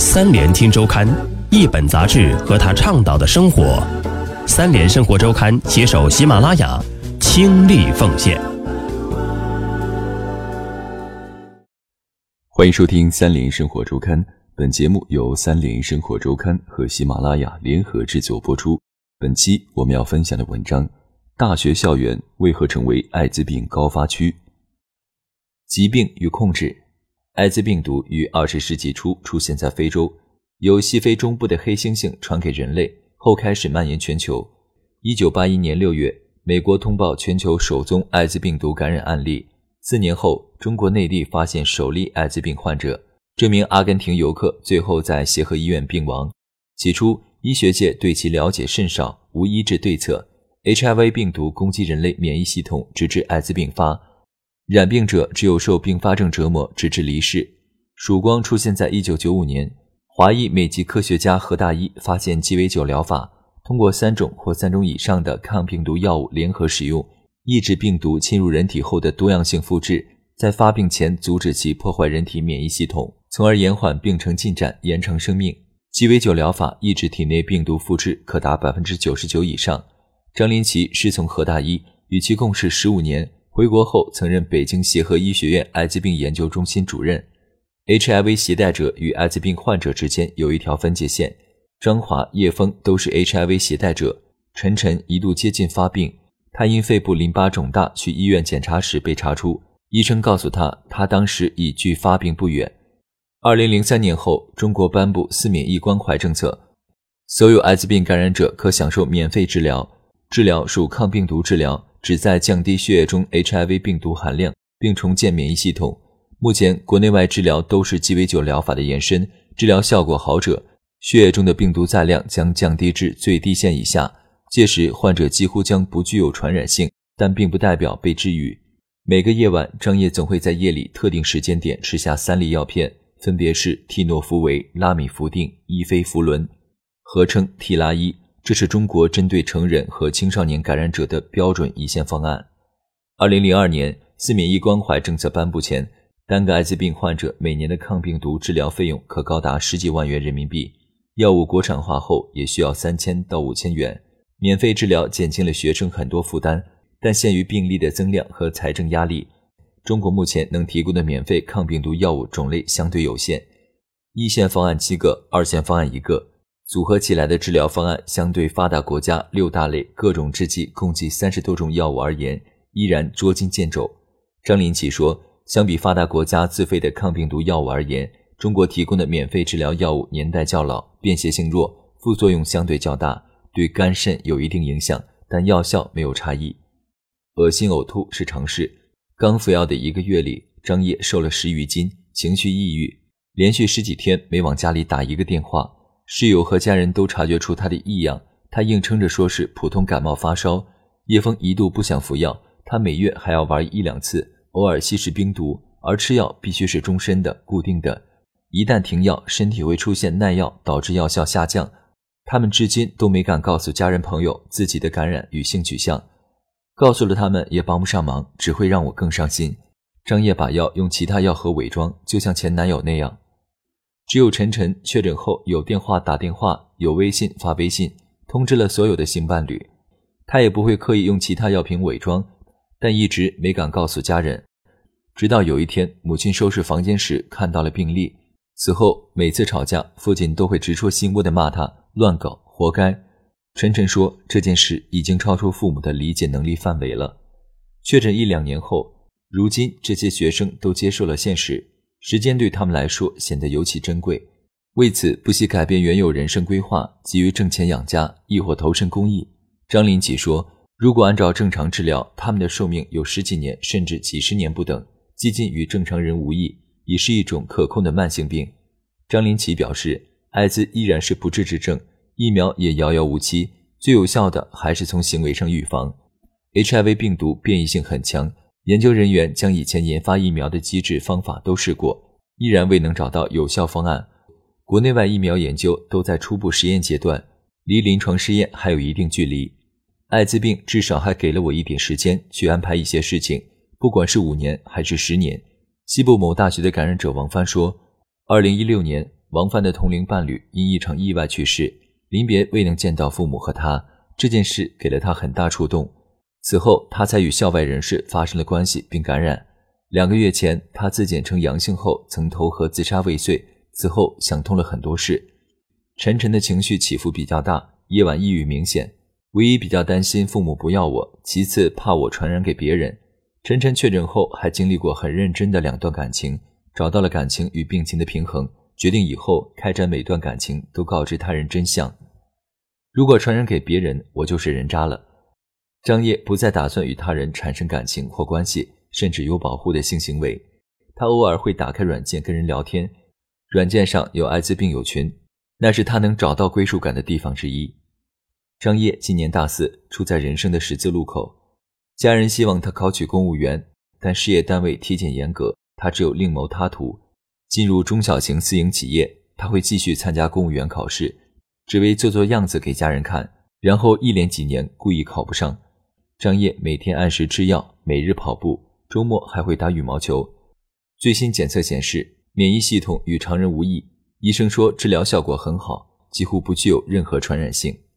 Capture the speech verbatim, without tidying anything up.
三联听周刊，一本杂志和他倡导的生活。三联生活周刊携手喜马拉雅倾力奉献。 欢迎收听三联生活周刊，本节目由三联生活周刊和喜马拉雅联合制作播出。本期我们要分享的文章：大学校园为何成为艾滋病高发区？疾病与控制。艾滋病毒于二十世纪初出现在非洲，由西非中部的黑猩猩传给人类，后开始蔓延全球。一九八一年六月，美国通报全球首宗艾滋病毒感染案例。四年后，中国内地发现首例艾滋病患者，这名阿根廷游客最后在协和医院病亡。起初，医学界对其了解甚少，无医治对策。H I V 病毒攻击人类免疫系统，直至艾滋病发。染病者只有受并发症折磨，直至离世。曙光出现在一九九五年，华裔美籍科学家何大一发现鸡尾酒疗法，通过三种或三种以上的抗病毒药物联合使用，抑制病毒侵入人体后的多样性复制，在发病前阻止其破坏人体免疫系统，从而延缓病程进展，延长生命。鸡尾酒疗法抑制体内病毒复制可达 百分之九十九 以上。张林奇师从何大一，与其共事十五年，回国后曾任北京协和医学院艾滋病研究中心主任。 H I V 携带者与艾滋病患者之间有一条分界线，张华、叶枫都是 H I V 携带者。陈晨一度接近发病，他因肺部淋巴肿大去医院检查时被查出，医生告诉他，他当时已距发病不远。二零零三年后，中国颁布四免疫关怀政策，所有艾滋病感染者可享受免费治疗，治疗属抗病毒治疗，旨在降低血液中 H I V 病毒含量，并重建免疫系统。目前国内外治疗都是鸡尾酒疗法的延伸，治疗效果好者，血液中的病毒载量将降低至最低线以下，届时患者几乎将不具有传染性，但并不代表被治愈。每个夜晚，张烨总会在夜里特定时间点吃下三粒药片，分别是替诺福韦、拉米福定、伊非福伦，合称替拉伊。这是中国针对成人和青少年感染者的标准一线方案。二零零二年，四免疫关怀政策颁布前，单个艾滋病患者每年的抗病毒治疗费用可高达十几万元人民币，药物国产化后也需要三千到五千元。免费治疗减轻了学生很多负担，但限于病例的增量和财政压力，中国目前能提供的免费抗病毒药物种类相对有限。一线方案七个，二线方案一个，组合起来的治疗方案相对发达国家六大类各种制剂共计三十多种药物而言，依然捉襟见肘。张林奇说，相比发达国家自费的抗病毒药物而言，中国提供的免费治疗药物年代较老，便携性弱，副作用相对较大，对肝肾有一定影响，但药效没有差异。恶心呕吐是常事，刚服药的一个月里，张烨瘦了十余斤，情绪抑郁，连续十几天没往家里打一个电话。室友和家人都察觉出他的异样，他硬撑着说是普通感冒发烧。叶枫一度不想服药，他每月还要玩一两次，偶尔吸食冰毒，而吃药必须是终身的、固定的。一旦停药，身体会出现耐药，导致药效下降。他们至今都没敢告诉家人朋友自己的感染与性取向，告诉了他们也帮不上忙，只会让我更伤心。张烨把药用其他药盒伪装，就像前男友那样。只有陈晨确诊后有电话打电话，有微信发微信，通知了所有的性伴侣。他也不会刻意用其他药品伪装，但一直没敢告诉家人。直到有一天，母亲收拾房间时看到了病历，此后每次吵架，父亲都会直戳心窝地骂他乱搞，活该。陈晨说，这件事已经超出父母的理解能力范围了。确诊一两年后，如今这些学生都接受了现实，时间对他们来说显得尤其珍贵，为此不惜改变原有人生规划，急于挣钱养家，亦或投身公益。张林奇说，如果按照正常治疗，他们的寿命有十几年甚至几十年不等，几近与正常人无异，已是一种可控的慢性病。张林奇表示，艾滋依然是不治之症，疫苗也遥遥无期，最有效的还是从行为上预防。 H I V 病毒变异性很强，研究人员将以前研发疫苗的机制方法都试过，依然未能找到有效方案。国内外疫苗研究都在初步实验阶段，离临床试验还有一定距离。艾滋病至少还给了我一点时间去安排一些事情，不管是五年还是十年。西部某大学的感染者王帆说，二零一六年王帆的同龄伴侣因一场意外去世，临别未能见到父母和他，这件事给了他很大触动。此后他才与校外人士发生了关系并感染。两个月前他自检呈阳性后曾投河自杀未遂，此后想通了很多事。晨晨的情绪起伏比较大，夜晚抑郁明显，唯一比较担心父母不要我，其次怕我传染给别人。晨晨确诊后还经历过很认真的两段感情，找到了感情与病情的平衡，决定以后开展每段感情都告知他人真相。如果传染给别人，我就是人渣了。张烨不再打算与他人产生感情或关系，甚至有保护的性行为。他偶尔会打开软件跟人聊天，软件上有艾滋病友群，那是他能找到归属感的地方之一。张烨今年大四，处在人生的十字路口，家人希望他考取公务员，但事业单位体检严格，他只有另谋他途。进入中小型私营企业，他会继续参加公务员考试，只为做做样子给家人看，然后一连几年故意考不上。张烨每天按时吃药，每日跑步，周末还会打羽毛球。最新检测显示，免疫系统与常人无异，医生说治疗效果很好，几乎不具有任何传染性。